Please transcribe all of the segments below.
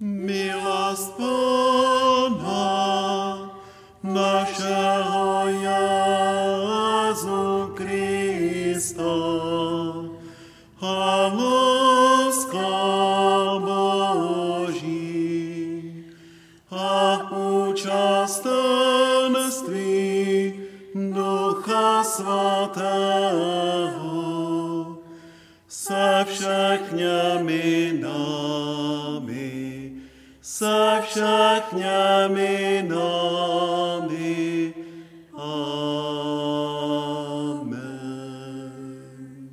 Milost Pána našeho Jezu Krista a láska Boží a účastenství Ducha Svatého se všechněmi námi. Amen.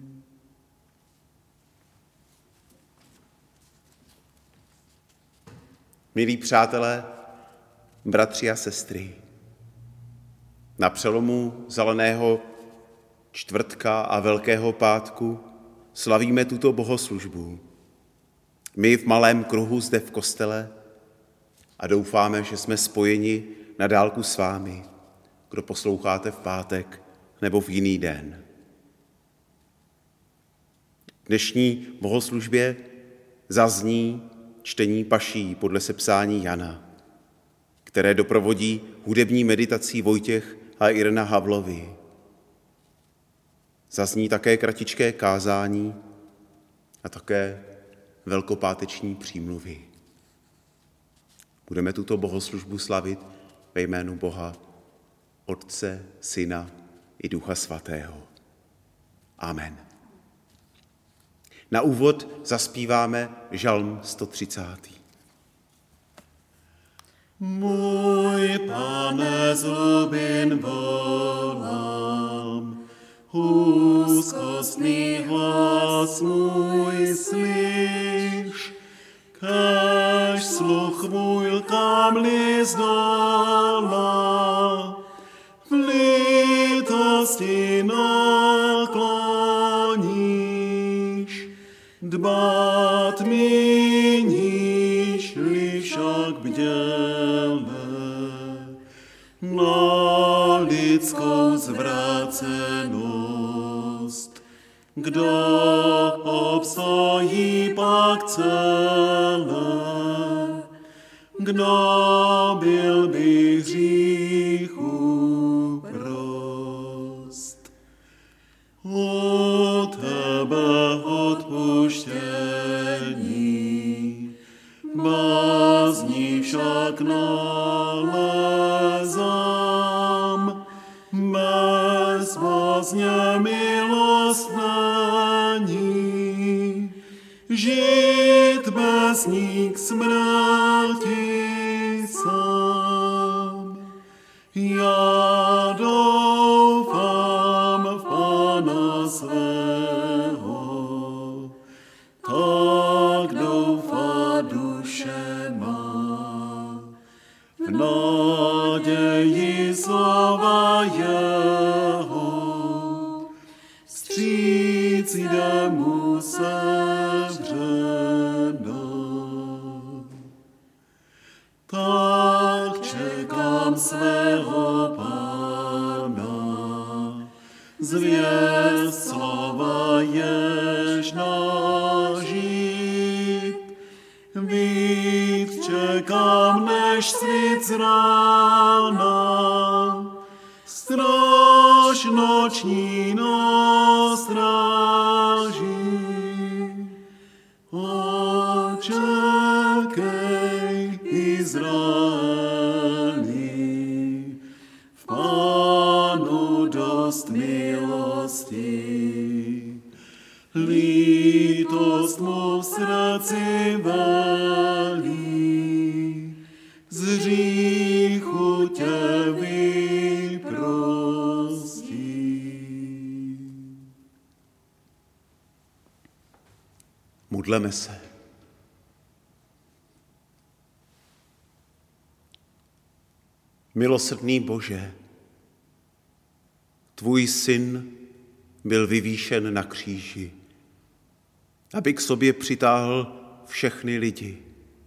Milí přátelé, bratři a sestry, na přelomu Zeleného čtvrtka a Velkého pátku slavíme tuto bohoslužbu. My v malém kruhu zde v kostele a doufáme, že jsme spojeni na dálku s vámi, kdo posloucháte v pátek nebo v jiný den. V dnešní bohoslužbě zazní čtení paší podle sepsání Jana, které doprovodí hudební meditací Vojtěch a Irena Havlovi. Zazní také kratičké kázání a také velkopáteční přímluvy. Budeme tuto bohoslužbu slavit ve jménu Boha, Otce, Syna i Ducha Svatého. Amen. Na úvod zaspíváme žalm 130. Můj Pane, z hlubin volám, úzkostný hlas můj slyš, kež sluch můj lkám-li zdolá, v lítosti nakloníš, dbát míníš-li však bděle na lidskou zvrácenost. Kdo obstojí pak celé, kdo byl by hříchů prost. U tebe odpuštění, bázní však nalezám, bezvazně milost není, žít bez ní k smrti sám. Já doufám v Pána svého, tak doufá duše má, v naději slova jeho, vstříc jde mu sevřeno. Tak čekám svého Pána, zvěst slova ježná žít. Víc čekám, než svít z rána, stráž noční na stráži. Očekej, Izraeli, v Pánu dost milosti. Lítost mu v srdci velí, z hříchu tě vyprostí. Modleme se. Milosrdný Bože, tvůj syn byl vyvýšen na kříži, aby k sobě přitáhl všechny lidi.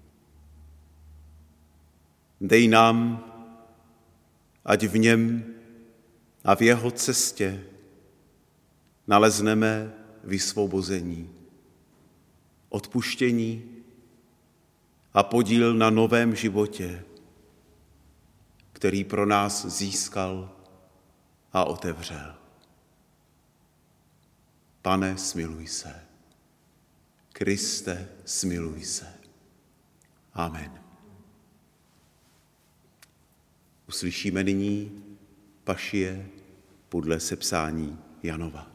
Dej nám, ať v něm a v jeho cestě nalezneme vysvobození, odpuštění a podíl na novém životě, který pro nás získal a otevřel. Pane, smiluj se. Kriste, smiluj se. Amen. Uslyšíme nyní pašie podle sepsání Janova.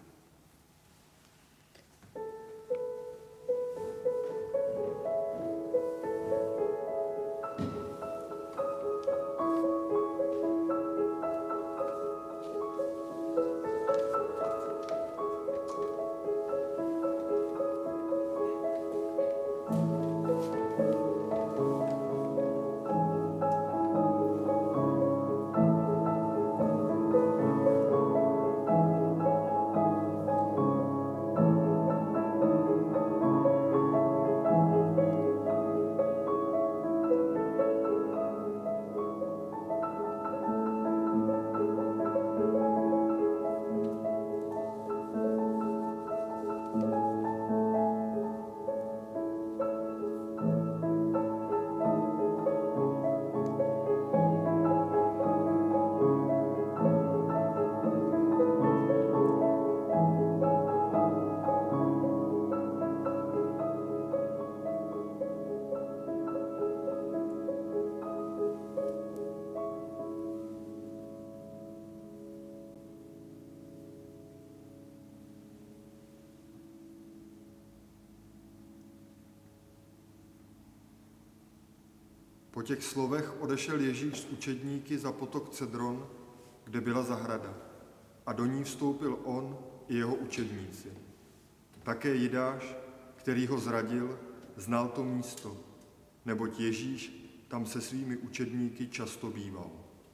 Po těch slovech odešel Ježíš s učedníky za potok Cedron, kde byla zahrada, a do ní vstoupil on i jeho učedníci. Také Jidáš, který ho zradil, znal to místo, neboť Ježíš tam se svými učedníky často býval.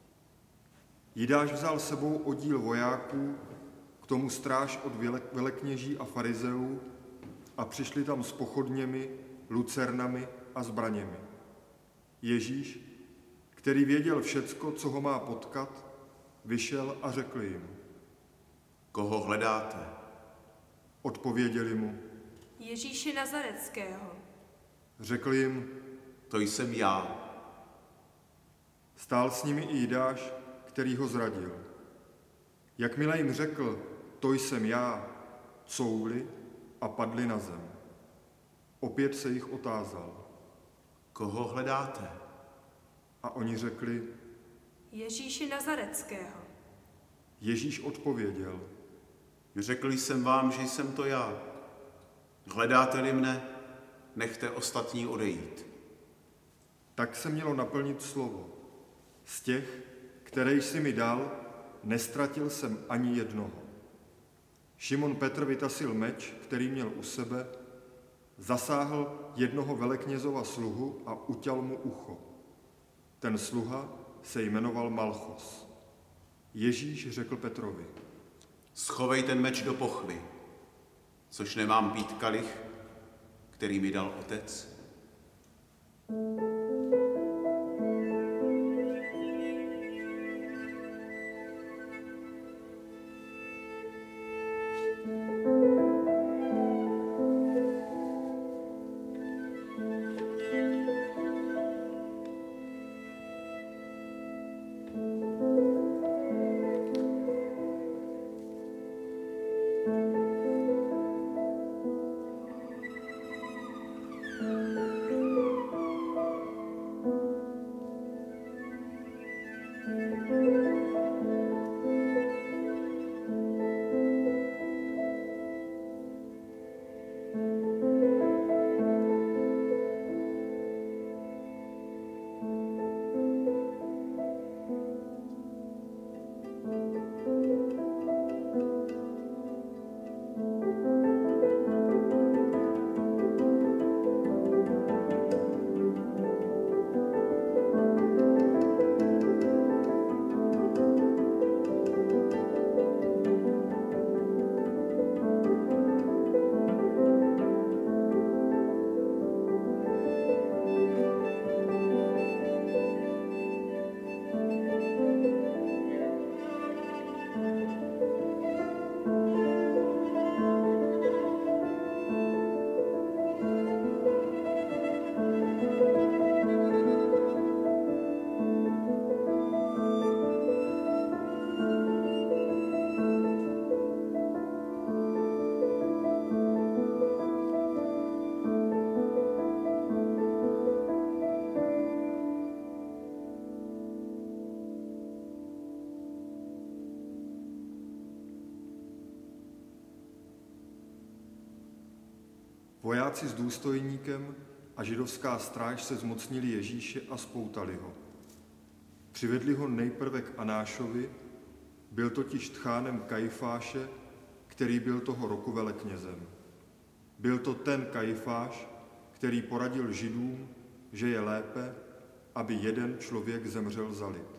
Jidáš vzal sebou oddíl vojáků, k tomu stráž od velekněží a farizeů, a přišli tam s pochodněmi, lucernami a zbraněmi. Ježíš, který věděl všecko, co ho má potkat, vyšel a řekl jim: Koho hledáte? Odpověděli mu: Ježíše Nazareckého. Řekl jim: To jsem já. Stál s nimi i Jidáš, který ho zradil. Jakmile jim řekl: To jsem já, couvli a padli na zem. Opět se jich otázal: Koho hledáte? A oni řekli: Ježíše Nazareckého. Ježíš odpověděl: Řekl jsem vám, že jsem to já. Hledáte-li mne, nechte ostatní odejít. Tak se mělo naplnit slovo: Z těch, které jsi mi dal, nestratil jsem ani jednoho. Šimon Petr vytasil meč, který měl u sebe, zasáhl jednoho veleknězova sluhu a uťal mu ucho. Ten sluha se jmenoval Malchos. Ježíš řekl Petrovi: Schovej ten meč do pochvy, což nemám pít kalich, který mi dal otec. Vojáci s důstojníkem a židovská stráž se zmocnili Ježíše a spoutali ho. Přivedli ho nejprve k Anášovi, byl totiž tchánem Kajfáše, který byl toho roku veleknězem. Byl to ten Kajfáš, který poradil Židům, že je lépe, aby jeden člověk zemřel za lid.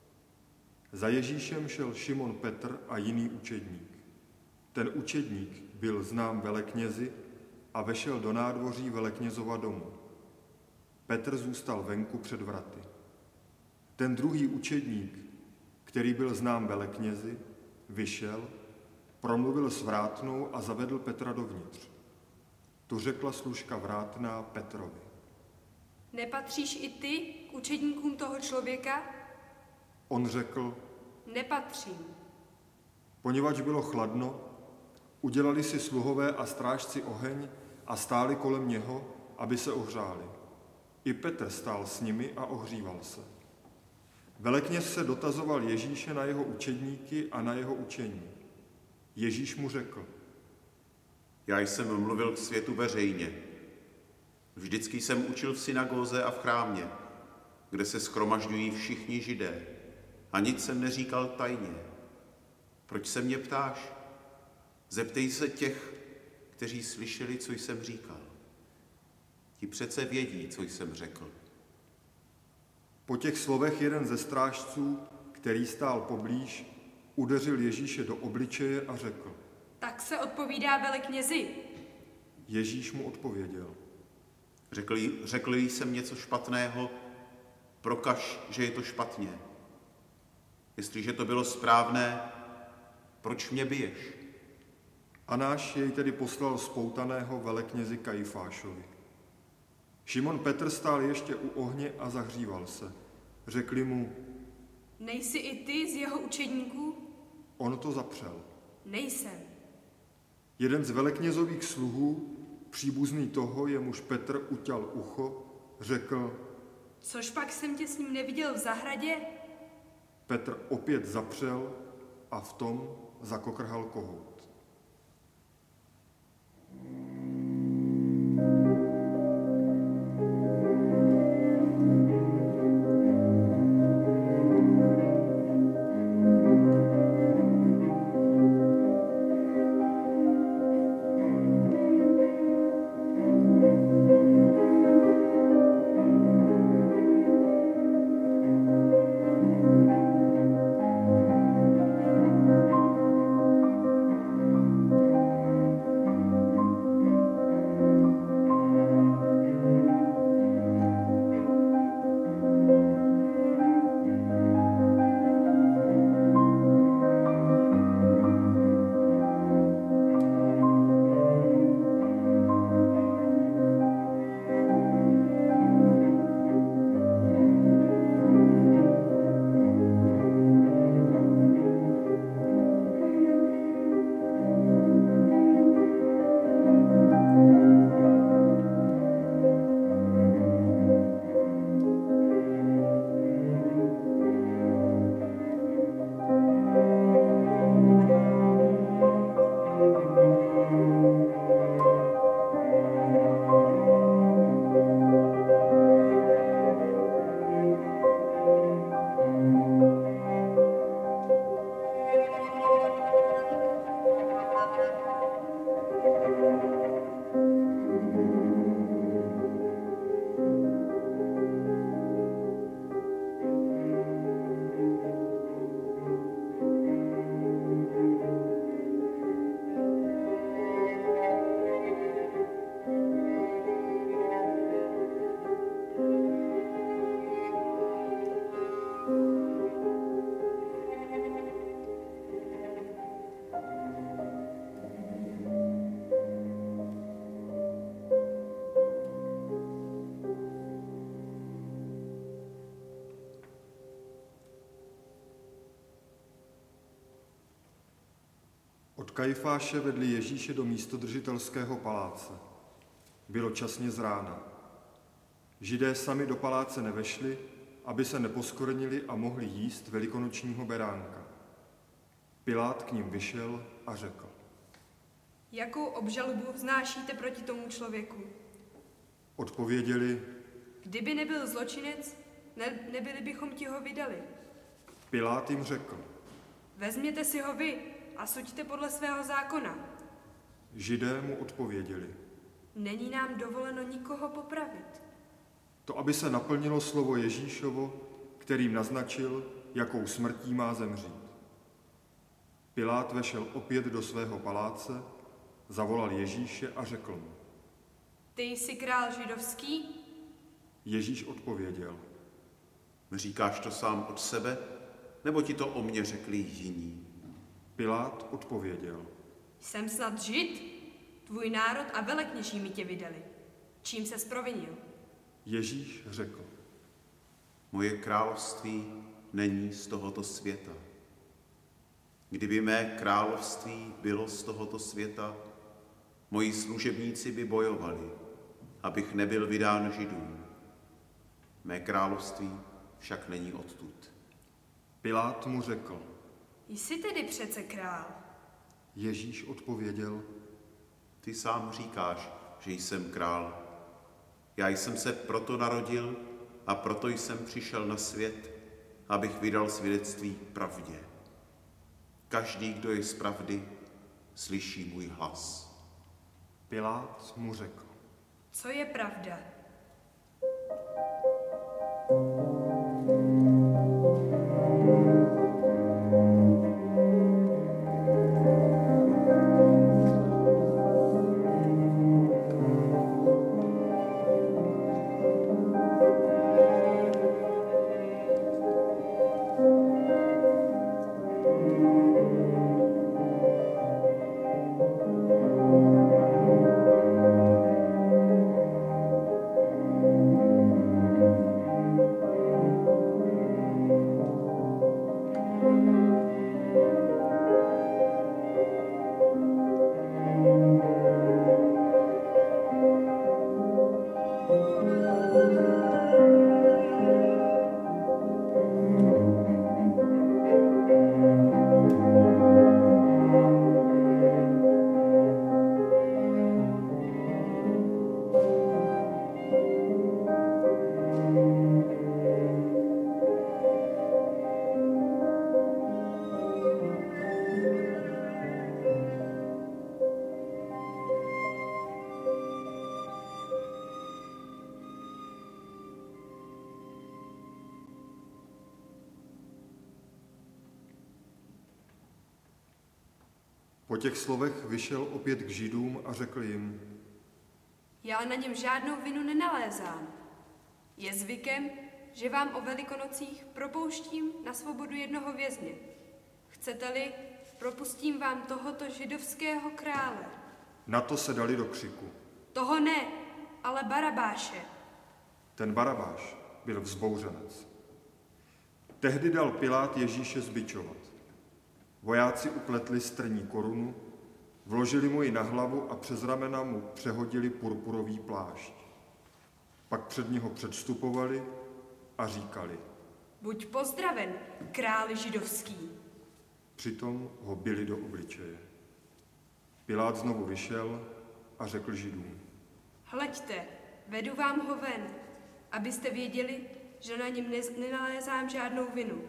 Za Ježíšem šel Šimon Petr a jiný učedník. Ten učedník byl znám veleknězi a vešel do nádvoří veleknězova domu. Petr zůstal venku před vraty. Ten druhý učedník, který byl znám veleknězi, vyšel, promluvil s vrátnou a zavedl Petra dovnitř. Tu řekla služka vrátná Petrovi. Nepatříš i ty k učedníkům toho člověka? On řekl, Nepatřím. poněvadž bylo chladno, udělali si sluhové a strážci oheň a stáli kolem něho, aby se ohřáli. I Petr stál s nimi a ohříval se. Velekněz se dotazoval Ježíše na jeho učedníky a na jeho učení. Ježíš mu řekl, Já jsem mluvil k světu veřejně. Vždycky jsem učil v synagóze a v chrámě, kde se shromažďují všichni Židé. A nic jsem neříkal tajně. Proč se mě ptáš? Zeptej se těch, kteří slyšeli, co jsem říkal. Ti přece vědí, co jsem řekl. Po těch slovech jeden ze strážců, který stál poblíž, udeřil Ježíše do obličeje a řekl, Tak se odpovídá veleknězi. Ježíš mu odpověděl, Řekl jsem něco špatného, prokaž, že je to špatně. Jestliže to bylo správné, proč mě biješ? Anáš jej tedy poslal spoutaného veleknězi Kajfášovi. Šimon Petr stál ještě u ohně a zahříval se. Řekli mu, Nejsi i ty z jeho učedníků? on to zapřel. Nejsem. Jeden z veleknězových sluhů, příbuzný toho, jemuž Petr uťal ucho, řekl, Což pak jsem tě s ním neviděl v zahradě? Petr opět zapřel a v tom zakokrhal kohout. Od Kajfáše vedli Ježíše do místodržitelského paláce. Bylo časně z rána. Židé sami do paláce nevešli, aby se neposkvrnili a mohli jíst velikonočního beránka. Pilát k ním vyšel a řekl. Jakou obžalobu vznášíte proti tomu člověku? Odpověděli, Kdyby nebyl zločinec, nebyli bychom ti ho vydali. Pilát jim řekl, Vezměte si ho vy a suďte podle svého zákona. Židé mu odpověděli, Není nám dovoleno nikoho popravit. to aby se naplnilo slovo Ježíšovo, kterým naznačil, jakou smrtí má zemřít. Pilát vešel opět do svého paláce, zavolal Ježíše a řekl mu, Ty jsi král židovský? Ježíš odpověděl, Říkáš to sám od sebe, nebo ti to o mně řekli jiní? Pilát odpověděl, Jsem snad žid? Tvůj národ a velekněží mi tě vydali. Čím ses provinil? Ježíš řekl, Moje království není z tohoto světa. Kdyby mé království bylo z tohoto světa, moji služebníci by bojovali, abych nebyl vydán Židům. Mé království však není odtud. Pilát mu řekl, Jsi tedy přece král. Ježíš odpověděl, Ty sám říkáš, že jsem král. Já jsem se proto narodil a proto jsem přišel na svět, abych vydal svědectví pravdě. Každý, kdo je z pravdy, slyší můj hlas. Pilát mu řekl, Co je pravda? Po těch slovech vyšel opět k Židům a řekl jim, Já na něm žádnou vinu nenalézám. Je zvykem, že vám o Velikonocích propouštím na svobodu jednoho vězně. Chcete-li, propustím vám tohoto židovského krále. na to se dali do křiku. Toho ne, ale Barabáše. Ten Barabáš byl vzbouřenec. Tehdy dal Pilát Ježíše zbičovat. Vojáci upletli strní korunu, vložili mu ji na hlavu a přes ramena mu přehodili purpurový plášť. Pak před něho předstupovali a říkali. Buď pozdraven, králi židovský. Přitom ho bili do obličeje. Pilát znovu vyšel a řekl Židům. Hleďte, vedu vám ho ven, abyste věděli, že na něm nenalézám žádnou vinu.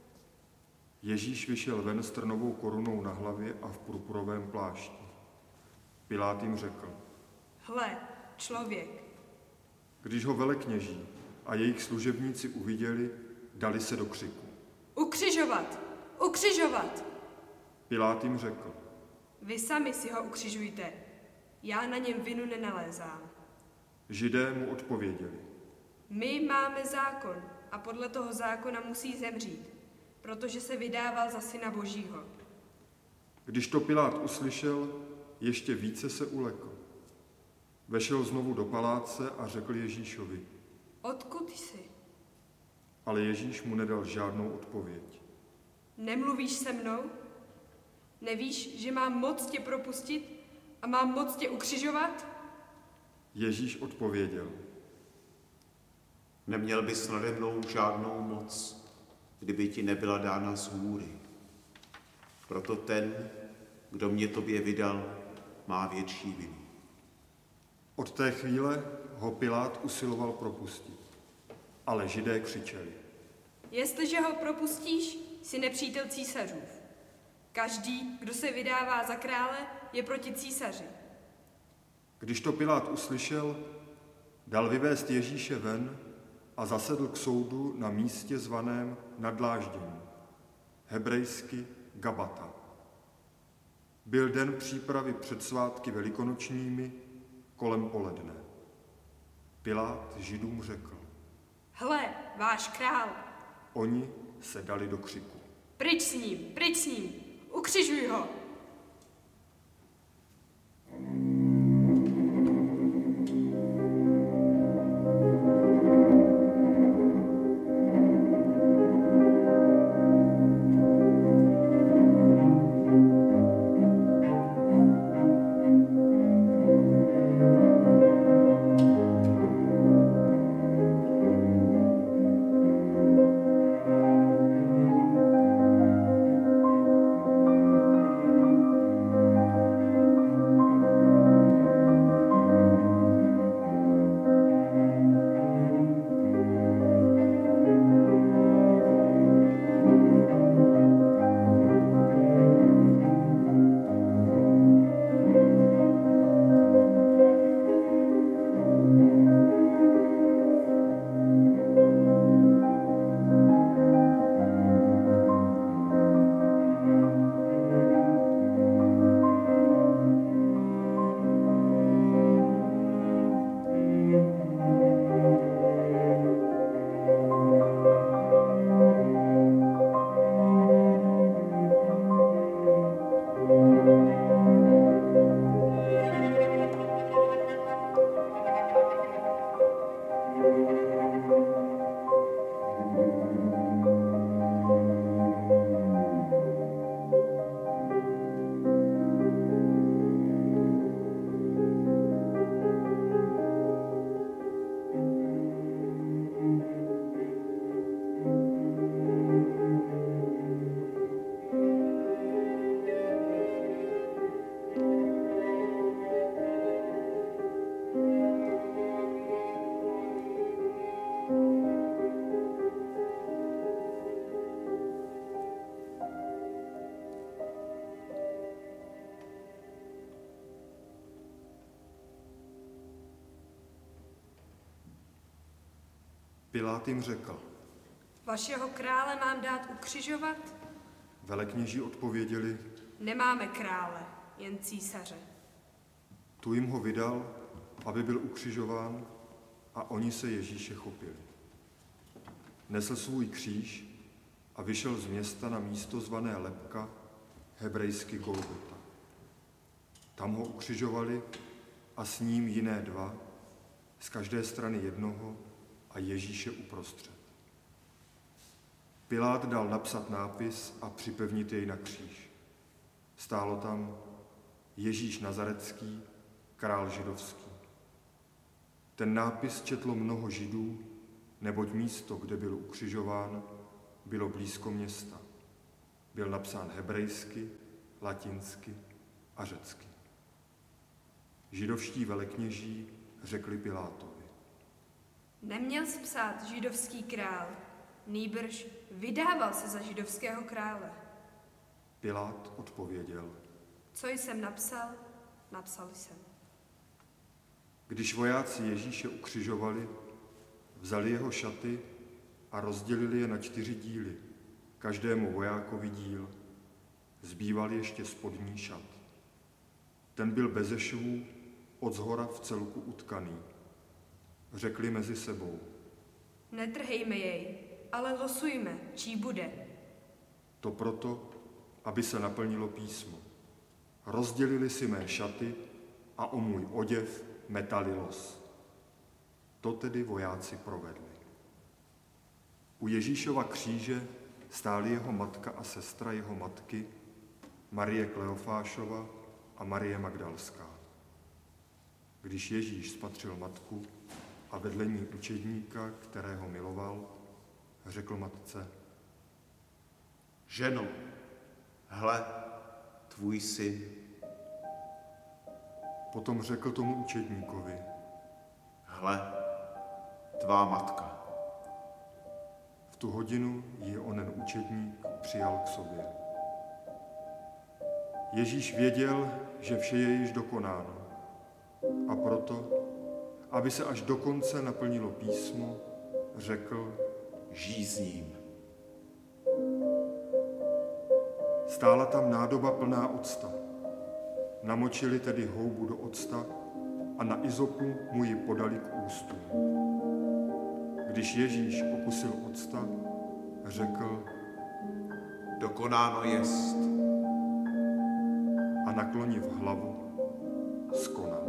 Ježíš vyšel ven s trnovou korunou na hlavě a v purpurovém plášti. Pilát jim řekl. Hle, člověk. Když ho velekněží a jejich služebníci uviděli, dali se do křiku. Ukřižovat! Ukřižovat! Pilát jim řekl. Vy sami si ho ukřižujte. Já na něm vinu nenalézám. Židé mu odpověděli. My máme zákon a podle toho zákona musí zemřít, protože se vydával za syna Božího. Když to Pilát uslyšel, ještě více se ulekl. Vešel znovu do paláce a řekl Ježíšovi. Odkud jsi? Ale Ježíš mu nedal žádnou odpověď. Nemluvíš se mnou? Nevíš, že mám moc tě propustit a mám moc tě ukřižovat? Ježíš odpověděl. Neměl bys nade mnou žádnou moc, kdyby ti nebyla dána z hůry. Proto ten, kdo mě tobě vydal, má větší vinu. Od té chvíle ho Pilát usiloval propustit, ale Židé křičeli. Jestliže ho propustíš, jsi nepřítel císařův. Každý, kdo se vydává za krále, je proti císaři. Když to Pilát uslyšel, dal vyvést Ježíše ven a zasedl k soudu na místě zvaném Nadláždění, hebrejsky Gabata. Byl den přípravy před svátky velikonočními kolem poledne. Pilát Židům řekl. Hle, váš král. Oni se dali do křiku. Pryč s ním, ukřižuj ho. Pilát jim řekl. Vašeho krále mám dát ukřižovat? Velekněží odpověděli. Nemáme krále, jen císaře. Tu jim ho vydal, aby byl ukřižován, a oni se Ježíše chopili. Nesl svůj kříž a vyšel z města na místo zvané Lebka, hebrejsky Golgota. Tam ho ukřižovali a s ním jiné dva, z každé strany jednoho a Ježíše uprostřed. Pilát dal napsat nápis a připevnit jej na kříž. Stálo tam Ježíš Nazarecký, král židovský. Ten nápis četlo mnoho Židů, neboť místo, kde byl ukřižován, bylo blízko města. Byl napsán hebrejsky, latinsky a řecky. Židovští velekněží řekli Pilátovi. Neměl jsi psát židovský král, nýbrž vydával se za židovského krále. Pilát odpověděl. Co jsem napsal, napsal jsem. Když vojáci Ježíše ukřižovali, vzali jeho šaty a rozdělili je na 4 díly, každému vojákovi díl. Zbýval ještě spodní šat. Ten byl beze švů, odzhora v celku utkaný. Řekli mezi sebou. Netrhejme jej, ale losujme, čí bude. To proto, aby se naplnilo písmo. Rozdělili si mé šaty a o můj oděv metali los. To tedy vojáci provedli. U Ježíšova kříže stály jeho matka a sestra jeho matky, Marie Kleofášova a Marie Magdalská. Když Ježíš spatřil matku a vedle ní učedníka, kterého miloval, řekl matce. Ženo, hle, tvůj syn. Potom řekl tomu učedníkovi: Hle, tvá matka. V tu hodinu ji onen učedník přijal k sobě. Ježíš věděl, že vše je již dokonáno, a proto, aby se až do konce naplnilo písmo, řekl: Žij s ním. Stála tam nádoba plná octa. Namočili tedy houbu do octa a na izopu mu ji podali k ústům. Když Ježíš okusil octa, řekl: Dokonáno jest. A nakloniv hlavu, skonal.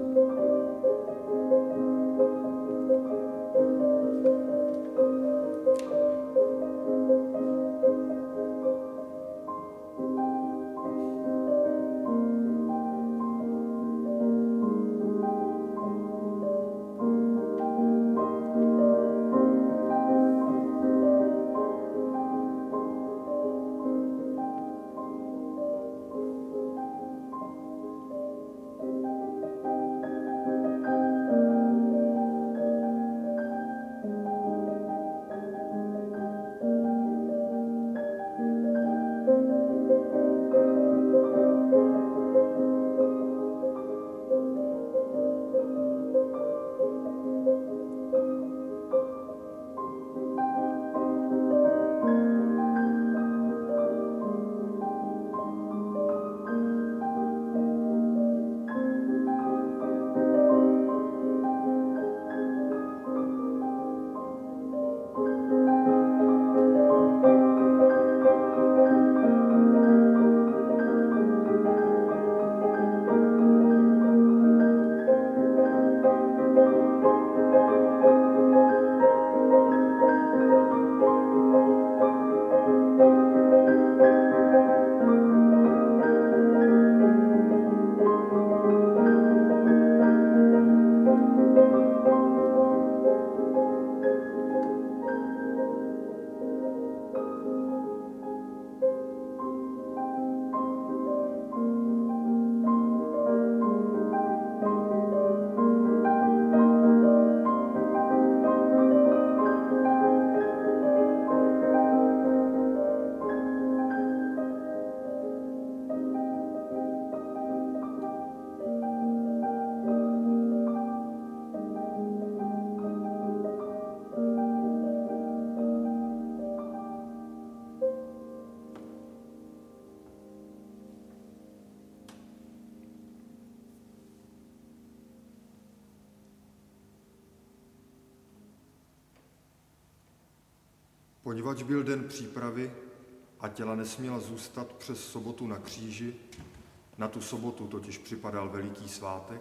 Poněvadž byl den přípravy a těla nesměla zůstat přes sobotu na kříži, na tu sobotu totiž připadal veliký svátek,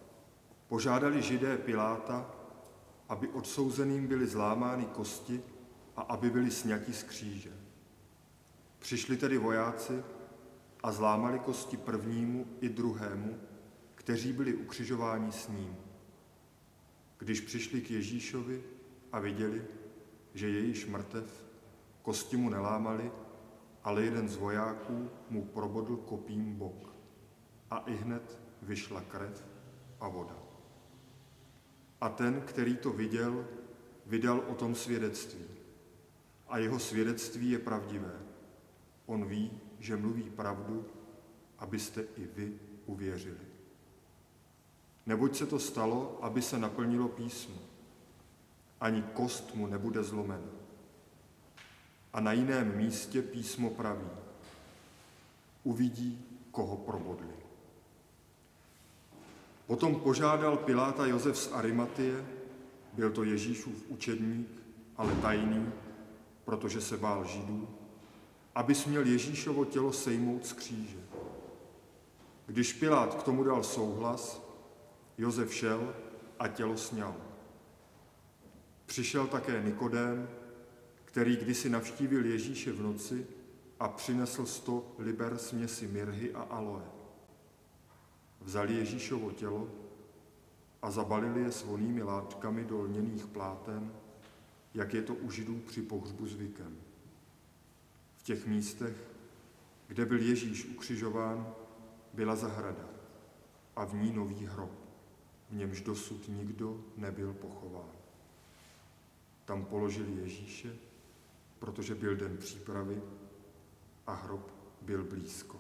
požádali Židé Piláta, aby odsouzeným byly zlámány kosti a aby byli sňati z kříže. Přišli tedy vojáci a zlámali kosti prvnímu i druhému, kteří byli ukřižováni s ním. Když přišli k Ježíšovi a viděli, že je již mrtev, kosti mu nelámali, ale jeden z vojáků mu probodl kopím bok. A ihned vyšla krev a voda. A ten, který to viděl, vydal o tom svědectví. A jeho svědectví je pravdivé. On ví, že mluví pravdu, abyste i vy uvěřili. Neboť se to stalo, aby se naplnilo písmo. Ani kost mu nebude zlomena. A na jiném místě písmo praví: uvidí, koho probodli. Potom požádal Piláta Josef z Arimatie, byl to Ježíšův učedník, ale tajný, protože se bál Židů, aby směl Ježíšovo tělo sejmout z kříže. Když Pilát k tomu dal souhlas, Josef šel a tělo sňal. Přišel také Nikodém, který kdysi navštívil Ježíše v noci a přinesl 100 liber směsi mirhy a aloe. Vzali Ježíšovo tělo a zabalili je s vonnými látkami do lněných pláten, jak je to u Židů při pohřbu zvykem. V těch místech, kde byl Ježíš ukřižován, byla zahrada a v ní nový hrob, v němž dosud nikdo nebyl pochován. Tam položili Ježíše, protože byl den přípravy a hrob byl blízko.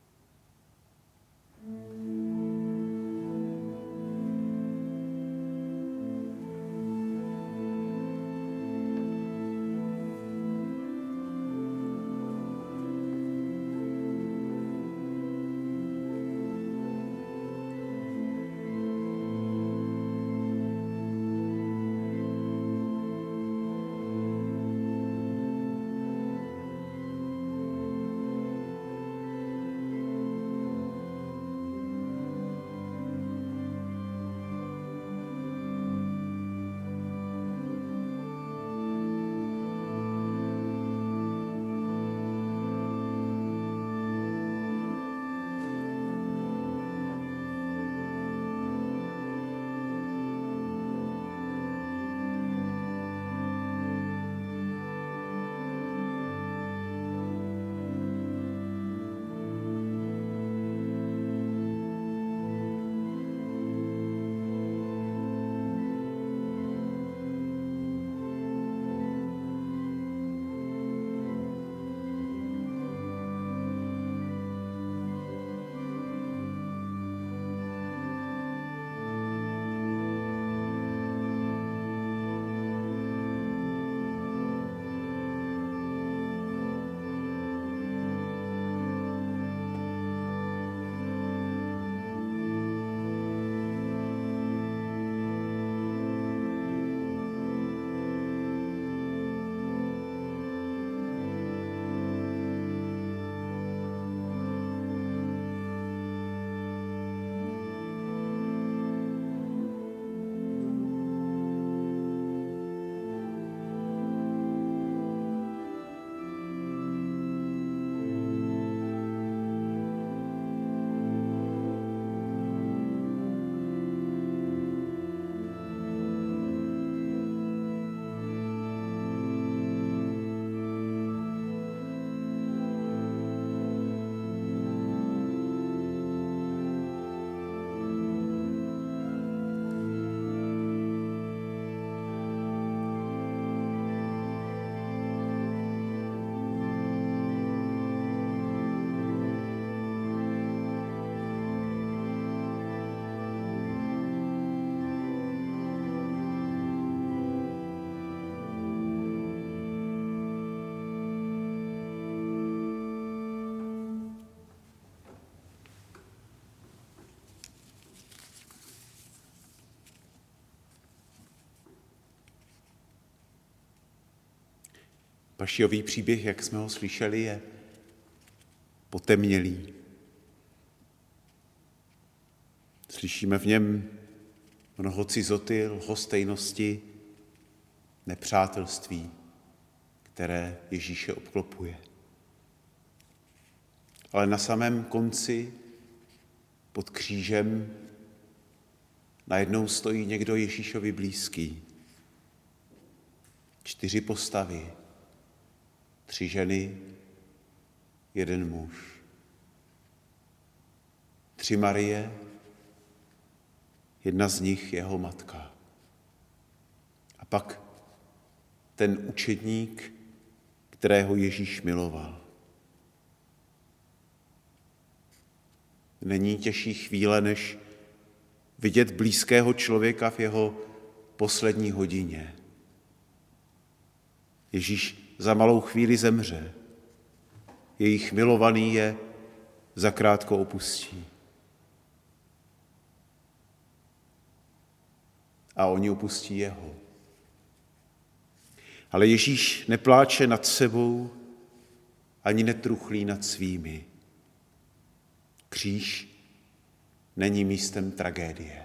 Pašiový příběh, jak jsme ho slyšeli, je potemnělý. Slyšíme v něm mnoho cizoty, lhostejnosti, nepřátelství, které Ježíše obklopuje. Ale na samém konci, pod křížem, najednou stojí někdo Ježíšovi blízký. 4 postavy, 3 ženy, 1 muž. 3 Marie, 1 z nich jeho matka. A pak ten učedník, kterého Ježíš miloval. Není těžší chvíle, než vidět blízkého člověka v jeho poslední hodině. Ježíš za malou chvíli zemře. Jejich milovaný je zakrátko opustí. A oni opustí jeho. Ale Ježíš nepláče nad sebou, ani netruchlí nad svými. Kříž není místem tragédie.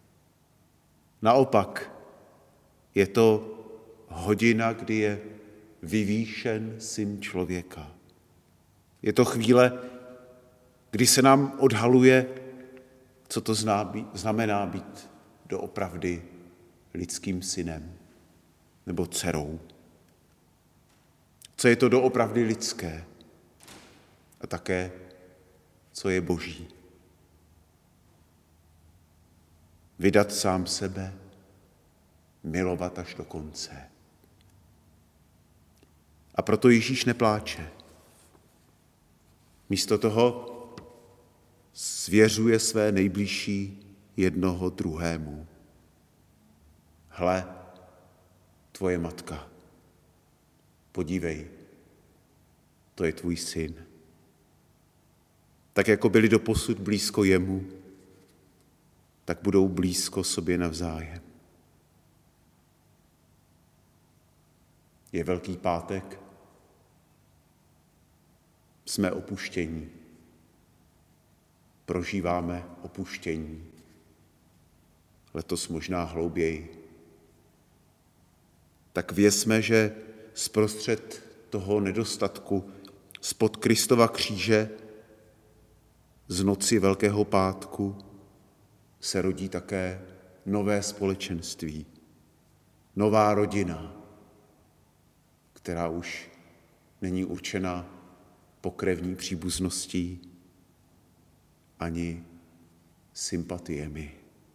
Naopak, je to hodina, kdy je vyvýšen Syn člověka. Je to chvíle, kdy se nám odhaluje, co to znamená být doopravdy lidským synem nebo dcerou. Co je to doopravdy lidské a také, co je boží. vydat sám sebe, milovat až do konce. A proto Ježíš nepláče. Místo toho svěřuje své nejbližší jednoho druhému. Hle, tvoje matka. Podívej, to je tvůj syn. Tak jako byli doposud blízko jemu, tak budou blízko sobě navzájem. Je Velký pátek, jsme opuštění, prožíváme opuštění, letos možná hlouběji. Tak vězme, že zprostřed toho nedostatku spod Kristova kříže z noci Velkého pátku se rodí také nové společenství, nová rodina, která už není určena pokrevní příbuzností ani sympatiemi.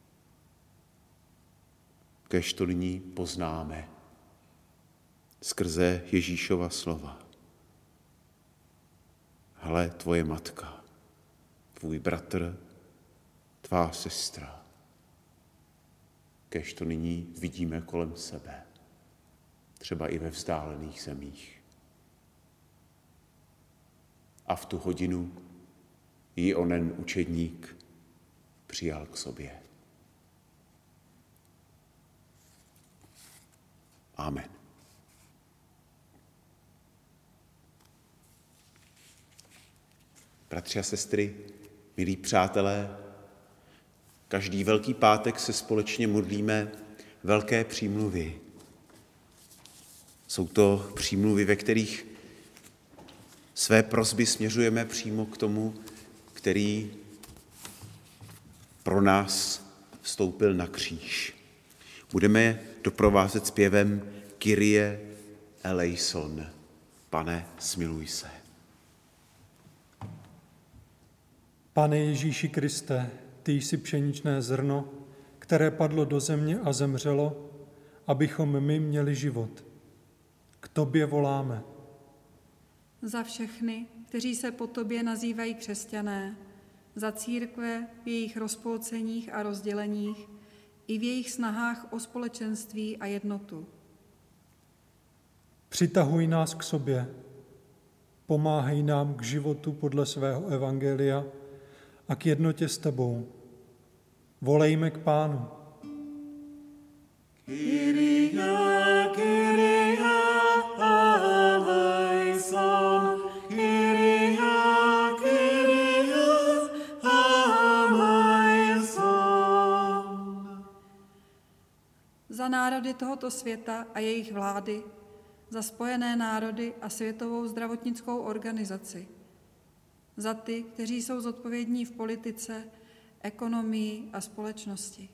Kéž to nyní poznáme skrze Ježíšova slova. Hle, tvoje matka, tvůj bratr, tvá sestra. Kéž to nyní vidíme kolem sebe, třeba i ve vzdálených zemích. A v tu hodinu ji onen učedník přijal k sobě. Amen. Bratři a sestry, milí přátelé, každý Velký pátek se společně modlíme velké přímluvy. Jsou to přímluvy, ve kterých své prosby směřujeme přímo k tomu, který pro nás vstoupil na kříž. Budeme doprovázet zpěvem Kyrie eleison, Pane, smiluj se. Pane Ježíši Kriste, ty jsi pšeničné zrno, které padlo do země a zemřelo, abychom my měli život. K tobě voláme. Za všechny, kteří se po tobě nazývají křesťané, za církve v jejich rozpolceních a rozděleních i v jejich snahách o společenství a jednotu. Přitahuj nás k sobě, pomáhej nám k životu podle svého evangelia a k jednotě s tebou. Volejme k Pánu. Kyrie, Kyrie eleison, Kyrie, Kyrie eleison. Za národy tohoto světa a jejich vlády, za Spojené národy a Světovou zdravotnickou organizaci, za ty, kteří jsou zodpovědní v politice, ekonomii a společnosti.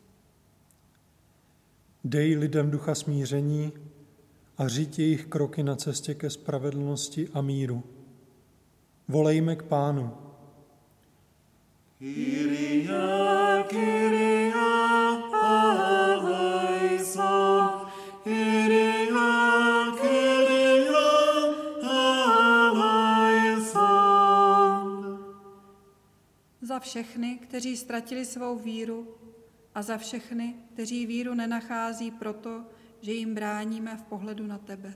Dej lidem ducha smíření a říď jejich kroky na cestě ke spravedlnosti a míru. Volejme k Pánu. Kyrie, Kyrie eleison, Kyrie, Kyrie eleison. Za všechny, kteří ztratili svou víru a za všechny, kteří víru nenachází proto, že jim bráníme v pohledu na tebe.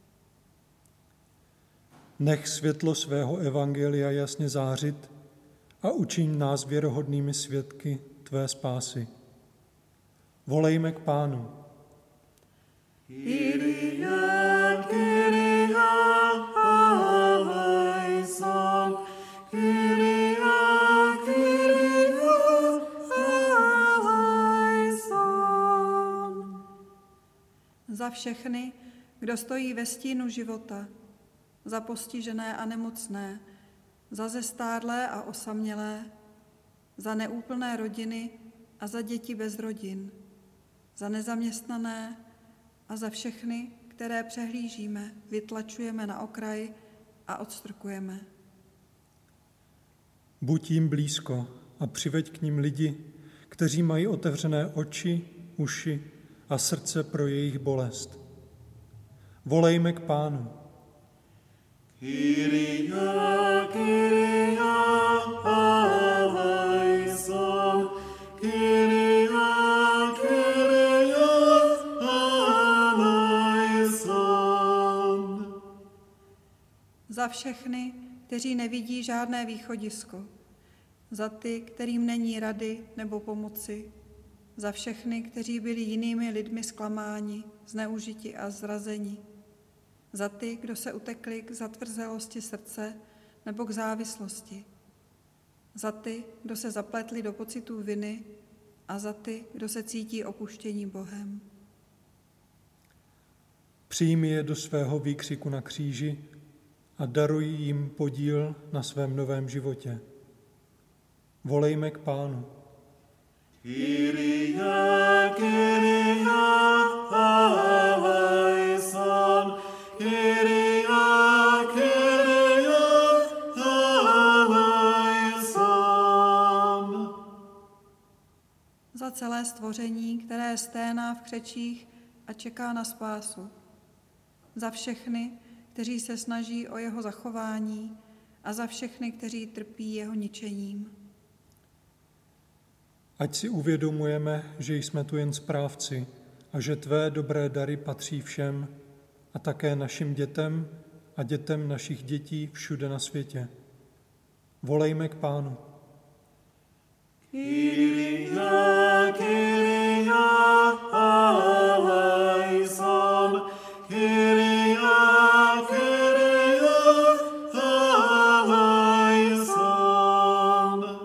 Nech světlo svého evangelia jasně zářit a učiň nás věrohodnými svědky tvé spásy. Volejme k Pánu. Kyrie, Kyrie eleison, Kyrie, Kyrie eleison. Za všechny, kdo stojí ve stínu života, za postižené a nemocné, za zestárlé a osamělé, za neúplné rodiny a za děti bez rodin, za nezaměstnané a za všechny, které přehlížíme, vytlačujeme na okraj a odstrkujeme. Buď jim blízko a přiveď k nim lidi, kteří mají otevřené oči, uši a srdce pro jejich bolest. Volejme k Pánu. Kyrie, Kyrie, eleison. Kyrie, Kyrie, eleison. Za všechny, kteří nevidí žádné východisko, za ty, kterým není rady nebo pomoci, za všechny, kteří byli jinými lidmi zklamáni, zneužiti a zrazeni, za ty, kdo se utekli k zatvrzelosti srdce nebo k závislosti, za ty, kdo se zapletli do pocitů viny a za ty, kdo se cítí opuštění Bohem. Přijmi je do svého výkřiku na kříži a daruj jim podíl na svém novém životě. Volejme k Pánu. Kyrie, Kyrie, eleison. Kyrie, Kyrie, eleison. Za celé stvoření, které sténá v křečích a čeká na spásu. Za všechny, kteří se snaží o jeho zachování a za všechny, kteří trpí jeho ničením. Ať si uvědomujeme, že jsme tu jen správci a že tvé dobré dary patří všem a také našim dětem a dětem našich dětí všude na světě. Volejme k Pánu. Kyrie, Kyrie, eleison. Kyrie, Kyrie, eleison.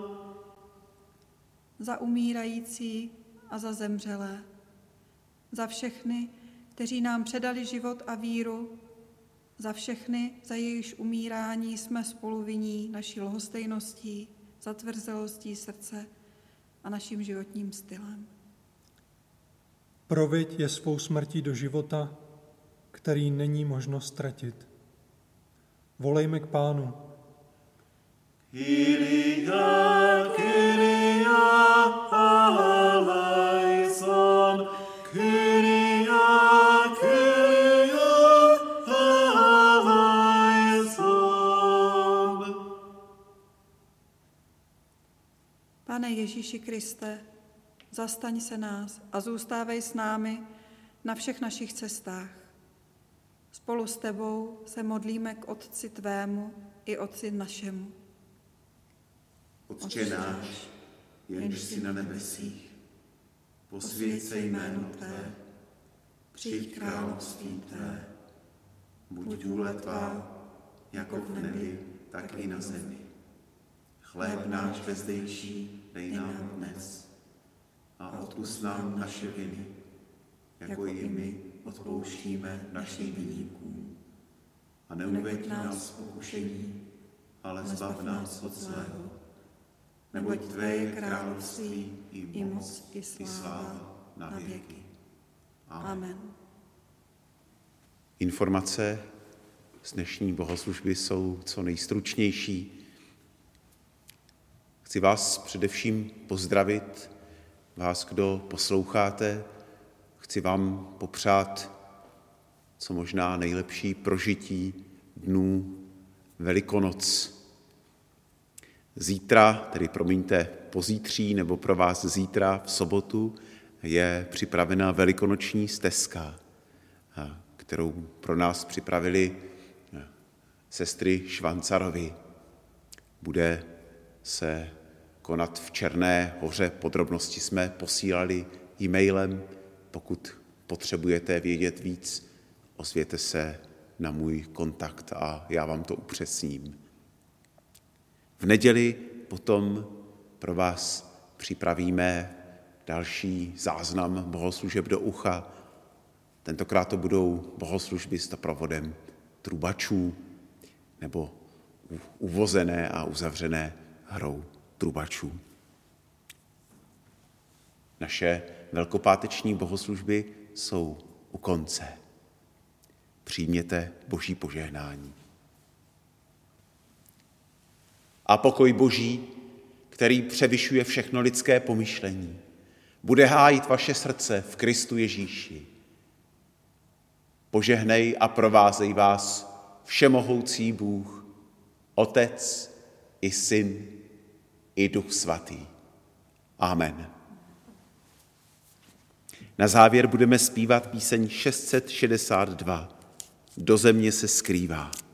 Za umírající a za zemřelé. Za všechny, kteří nám předali život a víru. Za všechny, za jejichž umírání jsme spoluvinní naší lhostejností, zatvrzelostí srdce a naším životním stylem. Proveď je svou smrtí do života, který není možno ztratit. Volejme k Pánu. Kyrie, Kyrie, eleison. Kyrie, Kyrie, eleison. Pane Ježíši Kriste, zastaň se nás a zůstávej s námi na všech našich cestách. Spolu s tebou se modlíme k Otci tvému i Otci našemu. Otče náš, jenž jsi na nebesích, posvěť se jméno Tvé, přijď království Tvé, buď vůle Tvá, jako v nebi, tak i na zemi. Chléb náš vezdejší dej nám dnes a odpusť nám naše viny, jako i my odpouštíme našim viníkům. A neuveď nás v pokušení, ale zbav nás od zlého. Neboť Tvé je království i moc i sláva na věky. Amen. Informace z dnešní bohoslužby jsou co nejstručnější. Chci vás především pozdravit, vás, kdo posloucháte. Chci vám popřát co možná nejlepší prožití dnů Velikonoc. Zítra, tedy pozítří nebo pro vás zítra v sobotu, je připravena velikonoční stezka, kterou pro nás připravili sestry Švancarovi. Bude se konat v Černé Hoře. Podrobnosti jsme posílali e-mailem. Pokud potřebujete vědět víc, ozvěte se na můj kontakt a já vám to upřesním. V neděli potom pro vás připravíme další záznam bohoslužeb do ucha. Tentokrát to budou bohoslužby s doprovodem trubačů nebo uvozené a uzavřené hrou trubačů. Naše velkopáteční bohoslužby jsou u konce. Přijměte Boží požehnání. A pokoj Boží, který převyšuje všechno lidské pomyšlení, bude hájit vaše srdce v Kristu Ježíši. Požehnej a provázej vás všemohoucí Bůh, Otec i Syn i Duch Svatý. Amen. Na závěr budeme zpívat píseň 662. Do země se skrývá.